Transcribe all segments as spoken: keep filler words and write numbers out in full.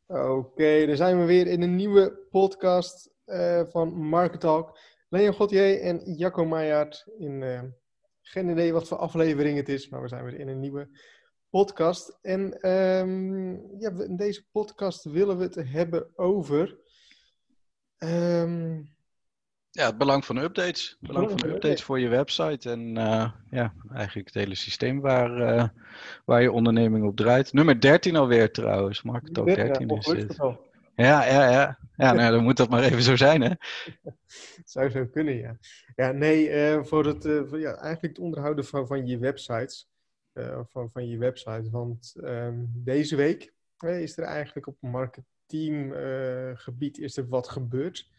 Oké, daar zijn we weer in een nieuwe podcast eh, van Market Talk. Leon Gauthier en Jacco Meijaard. In, eh, geen idee wat voor aflevering het is, maar we zijn weer in een nieuwe podcast. En ehm, ja, we- in deze podcast willen we het hebben over... ehm, Ja, het belang van updates. Het belang belang van van updates voor je website en uh, ja, eigenlijk het hele systeem waar, uh, waar je onderneming op draait. Nummer dertien alweer trouwens, Market Talk ja, dertien is het. geval. Ja, ja, ja. Ja, nou, dan moet dat maar even zo zijn, hè? Zou zo kunnen, ja. Ja, nee, eh, voor het, eh, voor, ja, eigenlijk het onderhouden van, van je websites. Uh, van, van je website. Want um, deze week eh, is er eigenlijk op marketinggebied uh, is er wat gebeurd.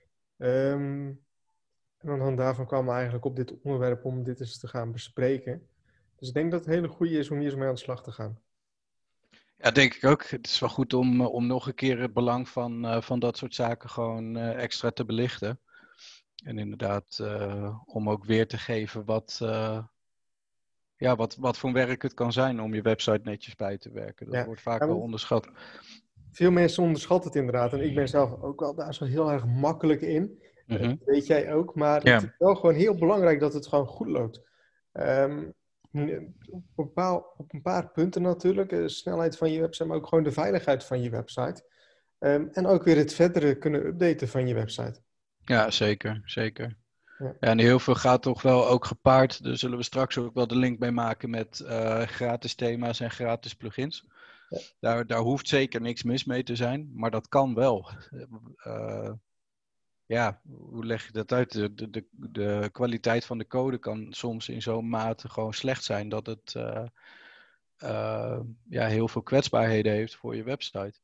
Um, en aan de hand daarvan kwamen we eigenlijk op dit onderwerp om dit eens te gaan bespreken. Dus ik denk dat het een hele goede is om hier eens mee aan de slag te gaan. Ja, denk ik ook. Het is wel goed om, om nog een keer het belang van, uh, van dat soort zaken gewoon uh, extra te belichten. En inderdaad, uh, om ook weer te geven wat, uh, ja, wat, wat voor werk het kan zijn om je website netjes bij te werken. Dat Ja. wordt vaak Ja, wel onderschat. Veel mensen onderschatten het inderdaad. En ik ben zelf ook wel daar zo heel erg makkelijk in. Mm-hmm. Dat weet jij ook. Maar Ja. het is wel gewoon heel belangrijk dat het gewoon goed loopt. Um, op, een paar, op een paar punten natuurlijk. De snelheid van je website, maar ook gewoon de veiligheid van je website. Um, en ook weer het verdere kunnen updaten van je website. Ja, zeker. Zeker. Ja. Ja, en heel veel gaat toch wel ook gepaard. Daar zullen we straks ook wel de link bij maken met uh, gratis thema's en gratis plugins. Ja. Daar, daar hoeft zeker niks mis mee te zijn, maar dat kan wel. Uh, ja, hoe leg je dat uit? De, de, de, de kwaliteit van de code kan soms in zo'n mate gewoon slecht zijn dat het uh, uh, ja, heel veel kwetsbaarheden heeft voor je website.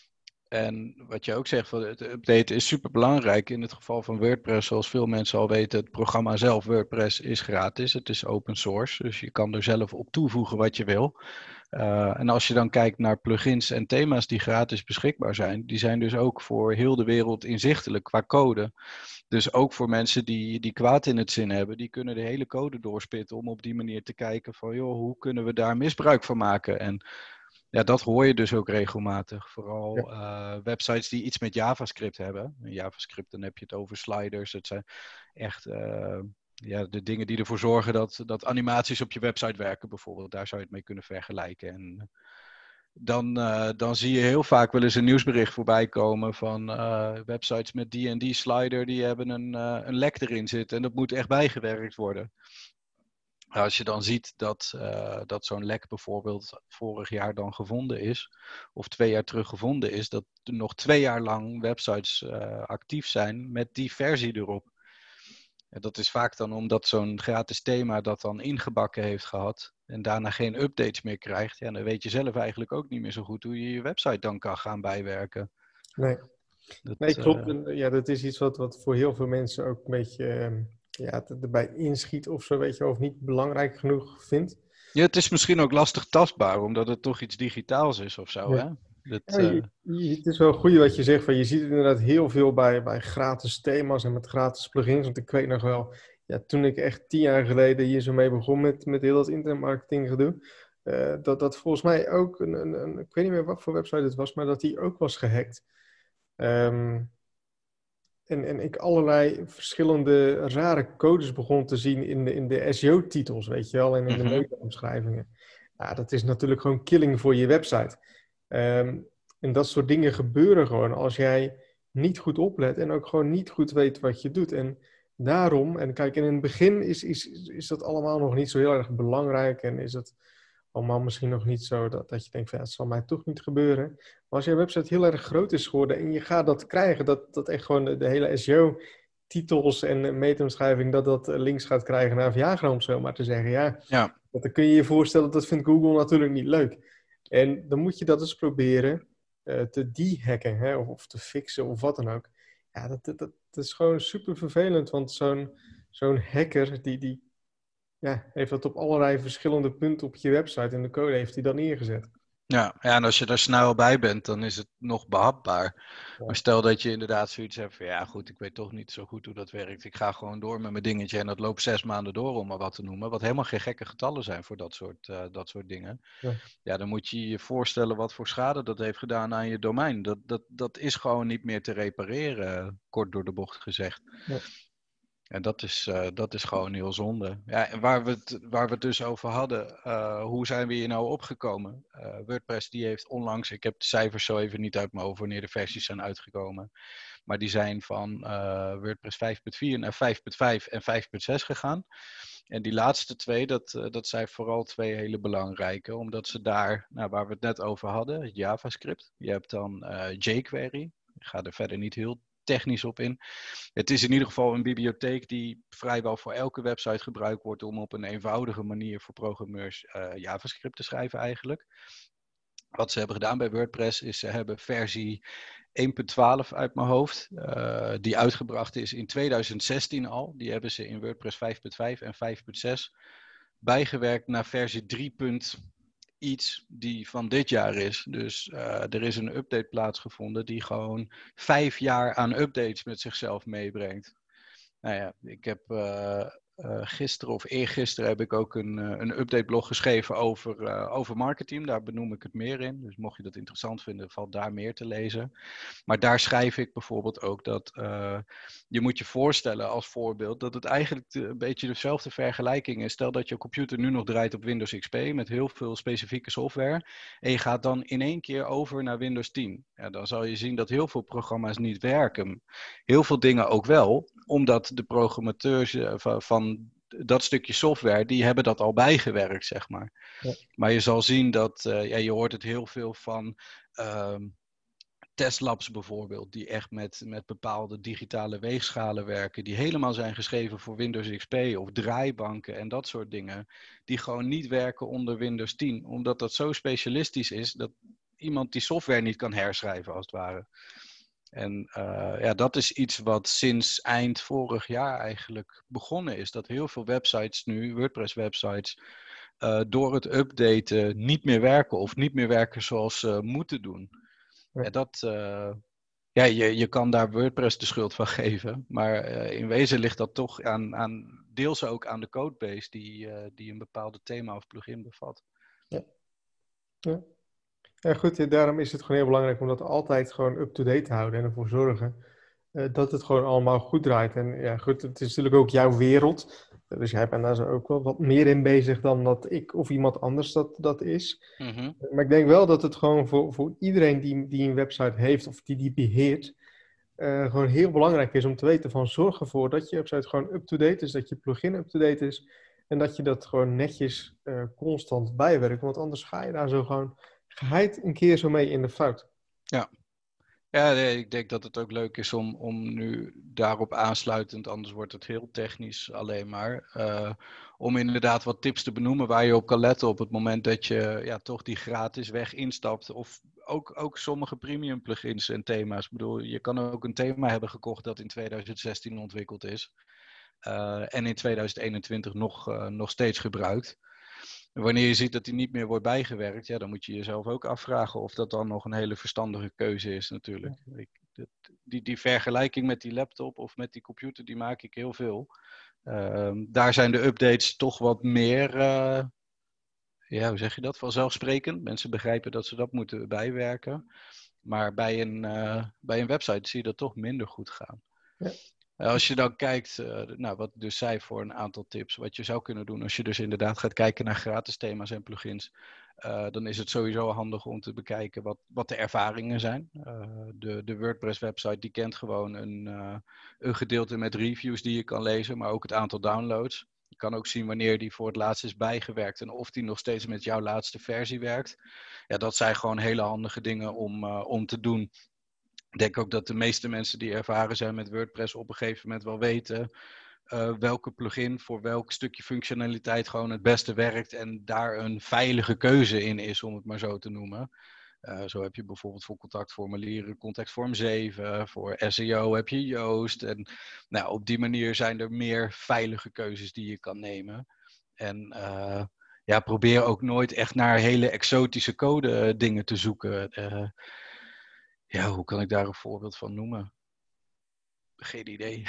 En wat je ook zegt, het updaten is super belangrijk. In het geval van WordPress, zoals veel mensen al weten, het programma zelf, WordPress, is gratis. Het is open source, dus je kan er zelf op toevoegen wat je wil. Uh, en als je dan kijkt naar plugins en thema's die gratis beschikbaar zijn, die zijn dus ook voor heel de wereld inzichtelijk qua code. Dus ook voor mensen die, die kwaad in het zin hebben, die kunnen de hele code doorspitten om op die manier te kijken van, joh, hoe kunnen we daar misbruik van maken? En ja, dat hoor je dus ook regelmatig. Vooral ja. uh, websites die iets met JavaScript hebben. In JavaScript, dan heb je het over sliders. Het zijn echt uh, ja, de dingen die ervoor zorgen dat, dat animaties op je website werken bijvoorbeeld. Daar zou je het mee kunnen vergelijken. En dan, uh, dan zie je heel vaak wel eens een nieuwsbericht voorbij komen van uh, websites met die en die slider. Die hebben een, uh, een lek erin zitten en dat moet echt bijgewerkt worden. Als je dan ziet dat, uh, dat zo'n lek bijvoorbeeld vorig jaar dan gevonden is, of twee jaar terug gevonden is, dat er nog twee jaar lang websites uh, actief zijn met die versie erop. En dat is vaak dan omdat zo'n gratis thema dat dan ingebakken heeft gehad en daarna geen updates meer krijgt. Ja, dan weet je zelf eigenlijk ook niet meer zo goed hoe je je website dan kan gaan bijwerken. Nee, dat, nee klopt. Uh... Ja, dat is iets wat, wat voor heel veel mensen ook een beetje... Uh... ja, erbij inschiet of zo, weet je, of niet belangrijk genoeg vindt. Ja, het is misschien ook lastig tastbaar, omdat het toch iets digitaals is of zo, ja. hè? Dat, ja, je, je, het is wel goed wat je zegt, van je ziet het inderdaad heel veel bij, bij gratis thema's en met gratis plugins, want ik weet nog wel, ja, toen ik echt tien jaar geleden hier zo mee begon met, met heel dat internetmarketing gedoe, uh, dat dat volgens mij ook, een, een, een, ik weet niet meer wat voor website het was, maar dat die ook was gehackt. Um, En, en ik allerlei verschillende rare codes begon te zien in de, in de S E O-titels, weet je wel, en in de mm-hmm. meta-omschrijvingen. Ja, dat is natuurlijk gewoon killing voor je website. Um, en dat soort dingen gebeuren gewoon als jij niet goed oplet en ook gewoon niet goed weet wat je doet. En daarom, en kijk, in het begin is, is, is dat allemaal nog niet zo heel erg belangrijk en is het allemaal misschien nog niet zo dat, dat je denkt van ja, het zal mij toch niet gebeuren. Maar als je website heel erg groot is geworden en je gaat dat krijgen, dat, dat echt gewoon de, de hele S E O-titels en meta-omschrijving, dat dat links gaat krijgen naar Viagra, om zo maar te zeggen. Ja, ja. dan kun je je voorstellen, dat vindt Google natuurlijk niet leuk. En dan moet je dat eens proberen uh, te de-hacken, hè, of, of te fixen of wat dan ook. Ja, dat, dat, dat is gewoon super vervelend, want zo'n, zo'n hacker, die, die ja, heeft dat op allerlei verschillende punten op je website en de code heeft hij dan neergezet. Ja, ja, en als je daar snel bij bent, dan is het nog behapbaar. Ja. Maar stel dat je inderdaad zoiets hebt van, ja goed, ik weet toch niet zo goed hoe dat werkt. Ik ga gewoon door met mijn dingetje en dat loopt zes maanden door, om maar wat te noemen. Wat helemaal geen gekke getallen zijn voor dat soort, uh, dat soort dingen. Ja. Ja, dan moet je je voorstellen wat voor schade dat heeft gedaan aan je domein. Dat, dat, dat is gewoon niet meer te repareren, kort door de bocht gezegd. Ja. En dat is, uh, dat is gewoon heel zonde. Ja, en waar we het, waar we het dus over hadden, uh, hoe zijn we hier nou opgekomen? Uh, WordPress die heeft onlangs, ik heb de cijfers zo even niet uit mijn hoofd wanneer de versies zijn uitgekomen. Maar die zijn van uh, WordPress vijf punt vier naar vijf punt vijf en vijf punt zes gegaan. En die laatste twee, dat, uh, dat zijn vooral twee hele belangrijke. Omdat ze daar, nou, waar we het net over hadden, JavaScript. Je hebt dan uh, jQuery. Ik ga er verder niet heel technisch op in. Het is in ieder geval een bibliotheek die vrijwel voor elke website gebruikt wordt om op een eenvoudige manier voor programmeurs uh, JavaScript te schrijven eigenlijk. Wat ze hebben gedaan bij WordPress is ze hebben versie één punt twaalf uit mijn hoofd, uh, die uitgebracht is in tweeduizend zestien al. Die hebben ze in WordPress vijf punt vijf en vijf punt zes bijgewerkt naar versie drie. Iets die van dit jaar is. Dus uh, er is een update plaatsgevonden die gewoon vijf jaar aan updates met zichzelf meebrengt. Nou ja, ik heb uh, uh, gisteren of eergisteren heb ik ook een, uh, een updateblog geschreven over, uh, over Marketing. Daar benoem ik het meer in. Dus mocht je dat interessant vinden, valt daar meer te lezen. Maar daar schrijf ik bijvoorbeeld ook dat uh, je moet je voorstellen als voorbeeld dat het eigenlijk een beetje dezelfde vergelijking is. Stel dat je computer nu nog draait op Windows X P met heel veel specifieke software. En je gaat dan in één keer over naar Windows tien. Ja, dan zal je zien dat heel veel programma's niet werken. Heel veel dingen ook wel, omdat de programmateurs van, van dat stukje software, die hebben dat al bijgewerkt, zeg maar. Ja. Maar je zal zien dat, uh, ja, je hoort het heel veel van uh, testlabs bijvoorbeeld, die echt met, met bepaalde digitale weegschalen werken, die helemaal zijn geschreven voor Windows X P of draaibanken en dat soort dingen, die gewoon niet werken onder Windows tien, omdat dat zo specialistisch is, dat iemand die software niet kan herschrijven, als het ware. En uh, ja, dat is iets wat sinds eind vorig jaar eigenlijk begonnen is. Dat heel veel websites nu, WordPress websites, uh, door het updaten niet meer werken of niet meer werken zoals ze moeten doen. Ja. En dat, uh, ja, je, je kan daar WordPress de schuld van geven. Maar uh, in wezen ligt dat toch aan, aan deels ook aan de codebase die, uh, die een bepaalde thema of plugin bevat. Ja. Ja. Ja, goed, daarom is het gewoon heel belangrijk om dat altijd gewoon up-to-date te houden en ervoor zorgen uh, dat het gewoon allemaal goed draait. En ja, goed, het is natuurlijk ook jouw wereld, dus jij bent daar zo ook wel wat meer in bezig dan dat ik of iemand anders dat, dat is. Mm-hmm. Maar ik denk wel dat het gewoon voor, voor iedereen die, die een website heeft of die die beheert, uh, gewoon heel belangrijk is om te weten van zorg ervoor dat je website gewoon up-to-date is, dat je plugin up-to-date is en dat je dat gewoon netjes uh, constant bijwerkt, want anders ga je daar zo gewoon geheid een keer zo mee in de fout. Ja, ja nee, ik denk dat het ook leuk is om, om nu daarop aansluitend, anders wordt het heel technisch alleen maar, uh, om inderdaad wat tips te benoemen waar je op kan letten op het moment dat je ja, toch die gratis weg instapt. Of ook, ook sommige premium plugins en thema's. Ik bedoel, je kan ook een thema hebben gekocht dat in tweeduizend zestien ontwikkeld is. Uh, en in tweeduizend eenentwintig nog, uh, nog steeds gebruikt. Wanneer je ziet dat die niet meer wordt bijgewerkt, ja, dan moet je jezelf ook afvragen of dat dan nog een hele verstandige keuze is natuurlijk. Ik, dat, die, die vergelijking met die laptop of met die computer, die maak ik heel veel. Uh, daar zijn de updates toch wat meer, uh, ja, hoe zeg je dat, vanzelfsprekend. Mensen begrijpen dat ze dat moeten bijwerken. Maar bij een, uh, bij een website zie je dat toch minder goed gaan. Ja. Als je dan kijkt, uh, nou, wat ik dus zei voor een aantal tips, wat je zou kunnen doen als je dus inderdaad gaat kijken naar gratis thema's en plugins, uh, dan is het sowieso handig om te bekijken wat, wat de ervaringen zijn. Uh, de, de WordPress website die kent gewoon een, uh, een gedeelte met reviews die je kan lezen, maar ook het aantal downloads. Je kan ook zien wanneer die voor het laatst is bijgewerkt en of die nog steeds met jouw laatste versie werkt. Ja, dat zijn gewoon hele handige dingen om, uh, om te doen. Ik denk ook dat de meeste mensen die ervaren zijn met WordPress op een gegeven moment wel weten uh, welke plugin voor welk stukje functionaliteit gewoon het beste werkt en daar een veilige keuze in is, om het maar zo te noemen. Uh, zo heb je bijvoorbeeld voor contactformulieren Contactform zeven, voor S E O heb je Yoast. En nou, op die manier zijn er meer veilige keuzes die je kan nemen. En uh, ja, probeer ook nooit echt naar hele exotische code uh, dingen te zoeken. Uh, ja, hoe kan ik daar een voorbeeld van noemen? Geen idee.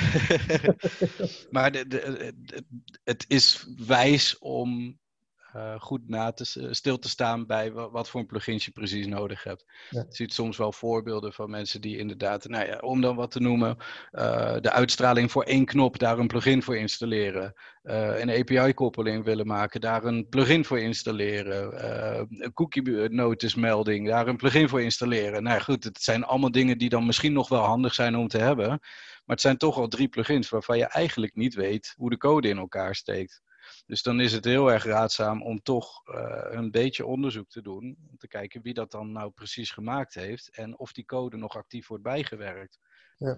Maar de, de, de, het is wijs om uh, goed na te, stil te staan bij wat, wat voor een plugins je precies nodig hebt. Ja. Je ziet soms wel voorbeelden van mensen die inderdaad, nou ja, om dan wat te noemen, uh, de uitstraling voor één knop, daar een plugin voor installeren. Uh, een A P I-koppeling willen maken, daar een plugin voor installeren. Uh, een cookie-notice melding, daar een plugin voor installeren. Nou ja, goed, het zijn allemaal dingen die dan misschien nog wel handig zijn om te hebben. Maar het zijn toch al drie plugins waarvan je eigenlijk niet weet hoe de code in elkaar steekt. Dus dan is het heel erg raadzaam om toch uh, een beetje onderzoek te doen. Om te kijken wie dat dan nou precies gemaakt heeft. En of die code nog actief wordt bijgewerkt. Ja.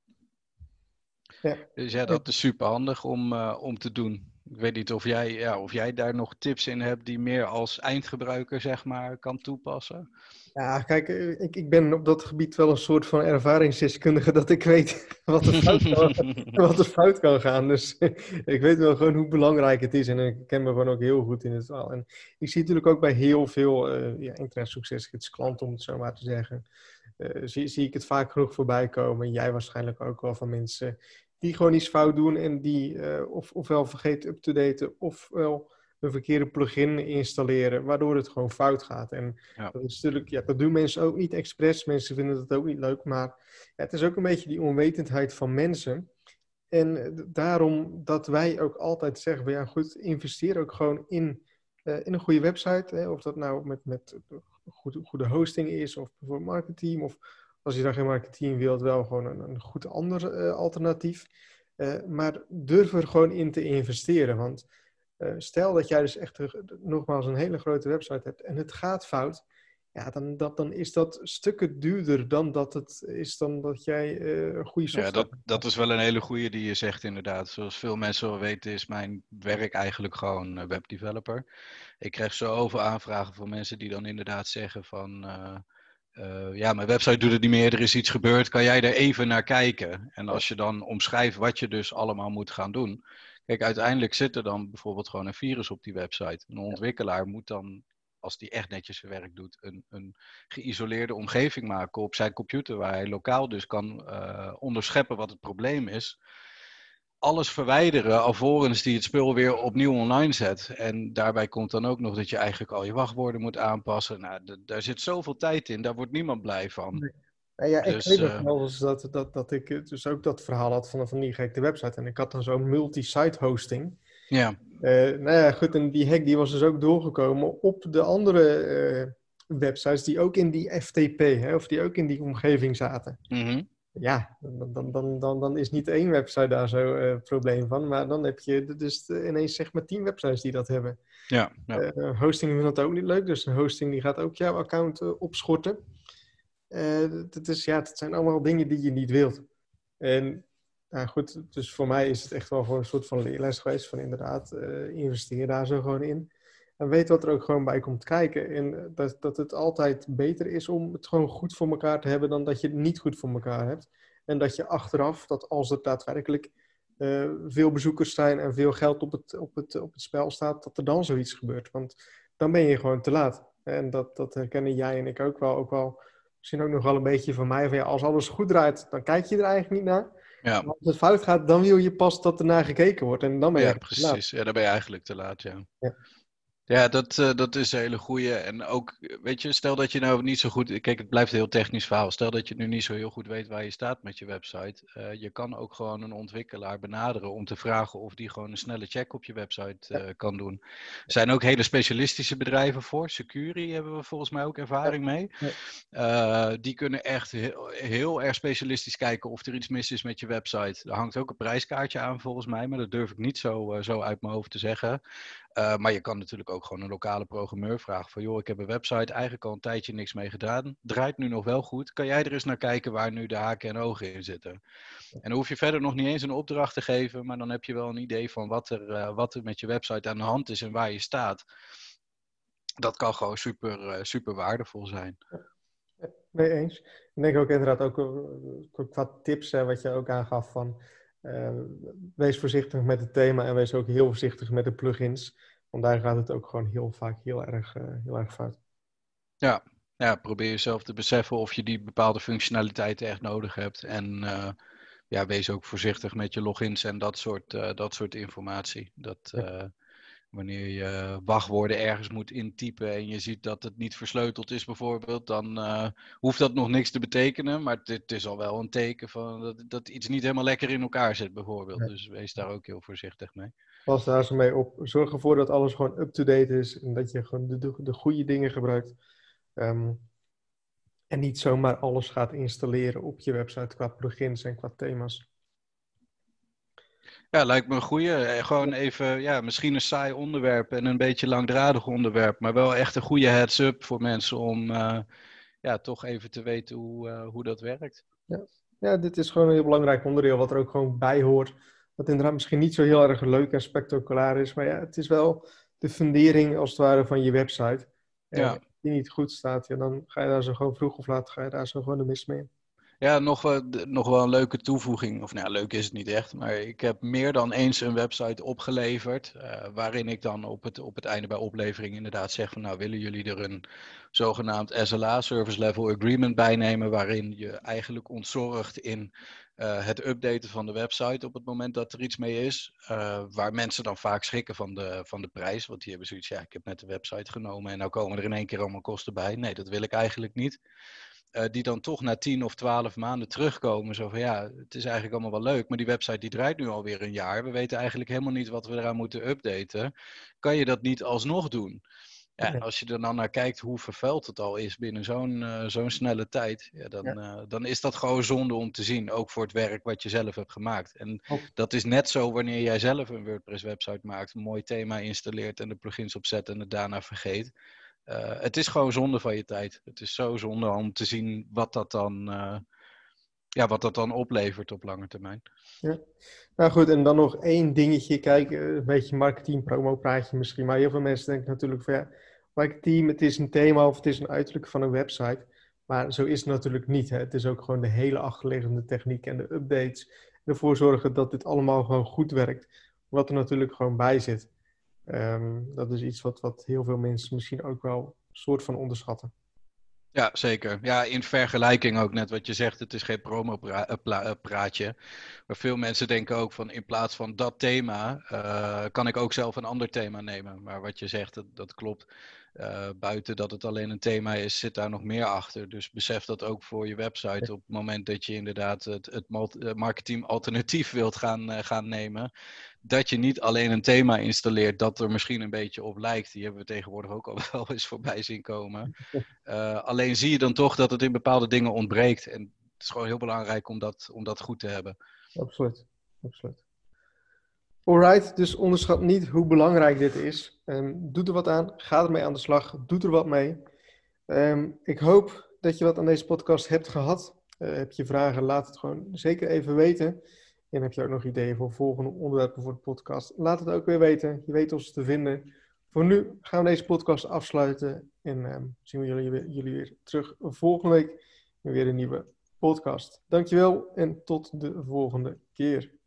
Ja. Dus ja, dat is super handig om, uh, om te doen. Ik weet niet of jij, ja, of jij daar nog tips in hebt die meer als eindgebruiker zeg maar kan toepassen. Ja, kijk, ik, ik ben op dat gebied wel een soort van ervaringsdeskundige dat ik weet wat er fout kan, wat er fout kan gaan. Dus ik weet wel gewoon hoe belangrijk het is en ik ken me gewoon ook heel goed in het verhaal. En ik zie natuurlijk ook bij heel veel uh, ja, internetsuccesklanten, om het zo maar te zeggen, uh, zie, zie ik het vaak genoeg voorbij komen. Jij waarschijnlijk ook wel van mensen die gewoon iets fout doen en die uh, of, ofwel vergeten up-to-daten ofwel een verkeerde plugin installeren, waardoor het gewoon fout gaat. En ja. dat is natuurlijk, ja, dat doen mensen ook niet expres. Mensen vinden het ook niet leuk, maar ja, het is ook een beetje die onwetendheid van mensen. En daarom dat wij ook altijd zeggen, ja goed, investeer ook gewoon in, uh, in een goede website. Hè, of dat nou met, met goede, goede hosting is, of bijvoorbeeld marketing, of als je dan geen marketing wilt, wel gewoon een, een goed ander uh, alternatief. Uh, maar durf er gewoon in te investeren, want Uh, stel dat jij dus echt uh, nogmaals een hele grote website hebt en het gaat fout, ja, dan, dat, dan is dat stukken duurder dan dat het is dan dat jij uh, een goede software hebt. Ja, dat, dat is wel een hele goede die je zegt inderdaad. Zoals veel mensen wel weten is mijn werk eigenlijk gewoon webdeveloper. Ik krijg zoveel aanvragen van mensen die dan inderdaad zeggen van Uh, Uh, ja, mijn website doet het niet meer, er is iets gebeurd, kan jij er even naar kijken? En als je dan omschrijft wat je dus allemaal moet gaan doen. Kijk, uiteindelijk zit er dan bijvoorbeeld gewoon een virus op die website. Een ontwikkelaar moet dan, als die echt netjes zijn werk doet, een, een geïsoleerde omgeving maken op zijn computer, waar hij lokaal dus kan uh, onderscheppen wat het probleem is. Alles verwijderen alvorens die het spul weer opnieuw online zet. En daarbij komt dan ook nog dat je eigenlijk al je wachtwoorden moet aanpassen. Nou, d- daar zit zoveel tijd in, daar wordt niemand blij van. Nee. Nou ja, dus, ik weet nog wel eens dat, dat, dat ik dus ook dat verhaal had van, van die gekke website. En ik had dan zo'n multi-site hosting. Ja. Uh, nou ja, goed, en die hack die was dus ook doorgekomen op de andere uh, websites die ook in die F T P, hè, of die ook in die omgeving zaten. Mm-hmm. Ja, dan, dan, dan, dan, dan is niet één website daar zo uh, probleem van, maar dan heb je dus ineens zeg maar tien websites die dat hebben. Ja, ja. Uh, hosting vindt dat ook niet leuk, dus een hosting die gaat ook jouw account uh, opschorten. Uh, dat, is, ja, dat zijn allemaal dingen die je niet wilt. En nou goed, dus voor mij is het echt wel voor een soort van leerles geweest van inderdaad, uh, investeer daar zo gewoon in. En weet wat er ook gewoon bij komt kijken. En dat, dat het altijd beter is om het gewoon goed voor elkaar te hebben dan dat je het niet goed voor elkaar hebt. En dat je achteraf, dat als er daadwerkelijk uh, veel bezoekers zijn en veel geld op het, op, het, op het spel staat, dat er dan zoiets gebeurt. Want dan ben je gewoon te laat. En dat, dat herkennen jij en ik ook wel. Ook wel misschien ook nog wel een beetje van mij. Van ja, als alles goed draait, dan kijk je er eigenlijk niet naar. Ja. Maar als het fout gaat, dan wil je pas dat er naar gekeken wordt. En dan ben je ja, precies. Ja, dan ben je eigenlijk te laat, ja. Ja. Ja, dat, uh, dat is een hele goeie. En ook, weet je, stel dat je nou niet zo goed... Kijk, het blijft een heel technisch verhaal. Stel dat je nu niet zo heel goed weet waar je staat met je website. Uh, je kan ook gewoon een ontwikkelaar benaderen om te vragen of die gewoon een snelle check op je website uh, kan doen. Er zijn ook hele specialistische bedrijven voor. Securi hebben we volgens mij ook ervaring mee. Uh, die kunnen echt heel, heel erg specialistisch kijken of er iets mis is met je website. Er hangt ook een prijskaartje aan volgens mij, maar dat durf ik niet zo, uh, zo uit mijn hoofd te zeggen. Uh, maar je kan natuurlijk ook gewoon een lokale programmeur vragen van joh, ik heb een website, eigenlijk al een tijdje niks mee gedaan. Draait nu nog wel goed. Kan jij er eens naar kijken waar nu de haken en ogen in zitten? En dan hoef je verder nog niet eens een opdracht te geven, maar dan heb je wel een idee van wat er, uh, wat er met je website aan de hand is en waar je staat. Dat kan gewoon super, uh, super waardevol zijn. Nee, eens. Ik denk ook inderdaad ook uh, qua tips, hè, wat je ook aangaf van uh, wees voorzichtig met het thema en wees ook heel voorzichtig met de plugins. Want daar gaat het ook gewoon heel vaak heel erg, uh, heel erg fout. Ja. ja, probeer jezelf te beseffen of je die bepaalde functionaliteiten echt nodig hebt. En uh, ja, wees ook voorzichtig met je logins en dat soort, uh, dat soort informatie. Dat... Uh, ja. Wanneer je wachtwoorden ergens moet intypen en je ziet dat het niet versleuteld is bijvoorbeeld, dan uh, hoeft dat nog niks te betekenen. Maar het, het is al wel een teken van dat, dat iets niet helemaal lekker in elkaar zit bijvoorbeeld. Ja. Dus wees daar ook heel voorzichtig mee. Pas daar zo mee op. Zorg ervoor dat alles gewoon up-to-date is en dat je gewoon de, de, de goede dingen gebruikt. Um, en niet zomaar alles gaat installeren op je website qua plugins en qua thema's. Ja, lijkt me een goeie. Gewoon even, ja, misschien een saai onderwerp en een beetje langdradig onderwerp, maar wel echt een goede heads-up voor mensen om uh, ja, toch even te weten hoe, uh, hoe dat werkt. Ja. ja, dit is gewoon een heel belangrijk onderdeel wat er ook gewoon bij hoort. Wat inderdaad misschien niet zo heel erg leuk en spectaculair is, maar ja, het is wel de fundering als het ware van je website. En ja. als die niet goed staat, ja, dan ga je daar zo gewoon vroeg of laat ga je daar zo gewoon de mis mee in. Ja, nog wel, nog wel een leuke toevoeging. Of nou, leuk is het niet echt. Maar ik heb meer dan eens een website opgeleverd. Uh, waarin ik dan op het, op het einde bij oplevering inderdaad zeg van nou willen jullie er een zogenaamd S L A, Service Level Agreement, bij nemen. Waarin je eigenlijk ontzorgt in uh, het updaten van de website op het moment dat er iets mee is. Uh, waar mensen dan vaak schrikken van de, van de prijs. Want die hebben zoiets, ja ik heb net de website genomen en nou komen er in één keer allemaal kosten bij. Nee, dat wil ik eigenlijk niet. Uh, die dan toch na tien of twaalf maanden terugkomen. Zo van ja, het is eigenlijk allemaal wel leuk, maar die website die draait nu alweer een jaar. We weten eigenlijk helemaal niet wat we eraan moeten updaten. Kan je dat niet alsnog doen? Ja, en als je er dan naar kijkt hoe vervuild het al is binnen zo'n, uh, zo'n snelle tijd, ja, dan, ja. Uh, dan is dat gewoon zonde om te zien. Ook voor het werk wat je zelf hebt gemaakt. En oh. dat is net zo wanneer jij zelf een WordPress website maakt, een mooi thema installeert en de plugins opzet en het daarna vergeet. Uh, het is gewoon zonde van je tijd. Het is zo zonde om te zien wat dat dan, uh, ja, wat dat dan oplevert op lange termijn. Ja. Nou goed, en dan nog één dingetje. Kijk, een beetje marketing, promo praatje misschien. Maar heel veel mensen denken natuurlijk van ja, marketing, het is een thema of het is een uiterlijk van een website. Maar zo is het natuurlijk niet. Hè. Het is ook gewoon de hele achterliggende techniek en de updates. Ervoor zorgen dat dit allemaal gewoon goed werkt. Wat er natuurlijk gewoon bij zit. Um, dat is iets wat, wat heel veel mensen misschien ook wel een soort van onderschatten. Ja, zeker. Ja, in vergelijking ook net wat je zegt, het is geen promo-praatje. Maar veel mensen denken ook van in plaats van dat thema, uh, kan ik ook zelf een ander thema nemen. Maar wat je zegt, dat, dat klopt. Uh, buiten dat het alleen een thema is, zit daar nog meer achter. Dus besef dat ook voor je website op het moment dat je inderdaad het, het marketing alternatief wilt gaan, uh, gaan nemen. Dat je niet alleen een thema installeert dat er misschien een beetje op lijkt. Die hebben we tegenwoordig ook al wel eens voorbij zien komen. Uh, alleen zie je dan toch dat het in bepaalde dingen ontbreekt. En het is gewoon heel belangrijk om dat, om dat goed te hebben. Absoluut, absoluut. Alright, dus onderschat niet hoe belangrijk dit is. Um, doe er wat aan, ga ermee aan de slag, doe er wat mee. Um, ik hoop dat je wat aan deze podcast hebt gehad. Uh, heb je vragen, laat het gewoon zeker even weten. En heb je ook nog ideeën voor volgende onderwerpen voor de podcast? Laat het ook weer weten. Je weet ons te vinden. Voor nu gaan we deze podcast afsluiten. En um, zien we jullie weer, jullie weer terug volgende week. En weer een nieuwe podcast. Dankjewel en tot de volgende keer.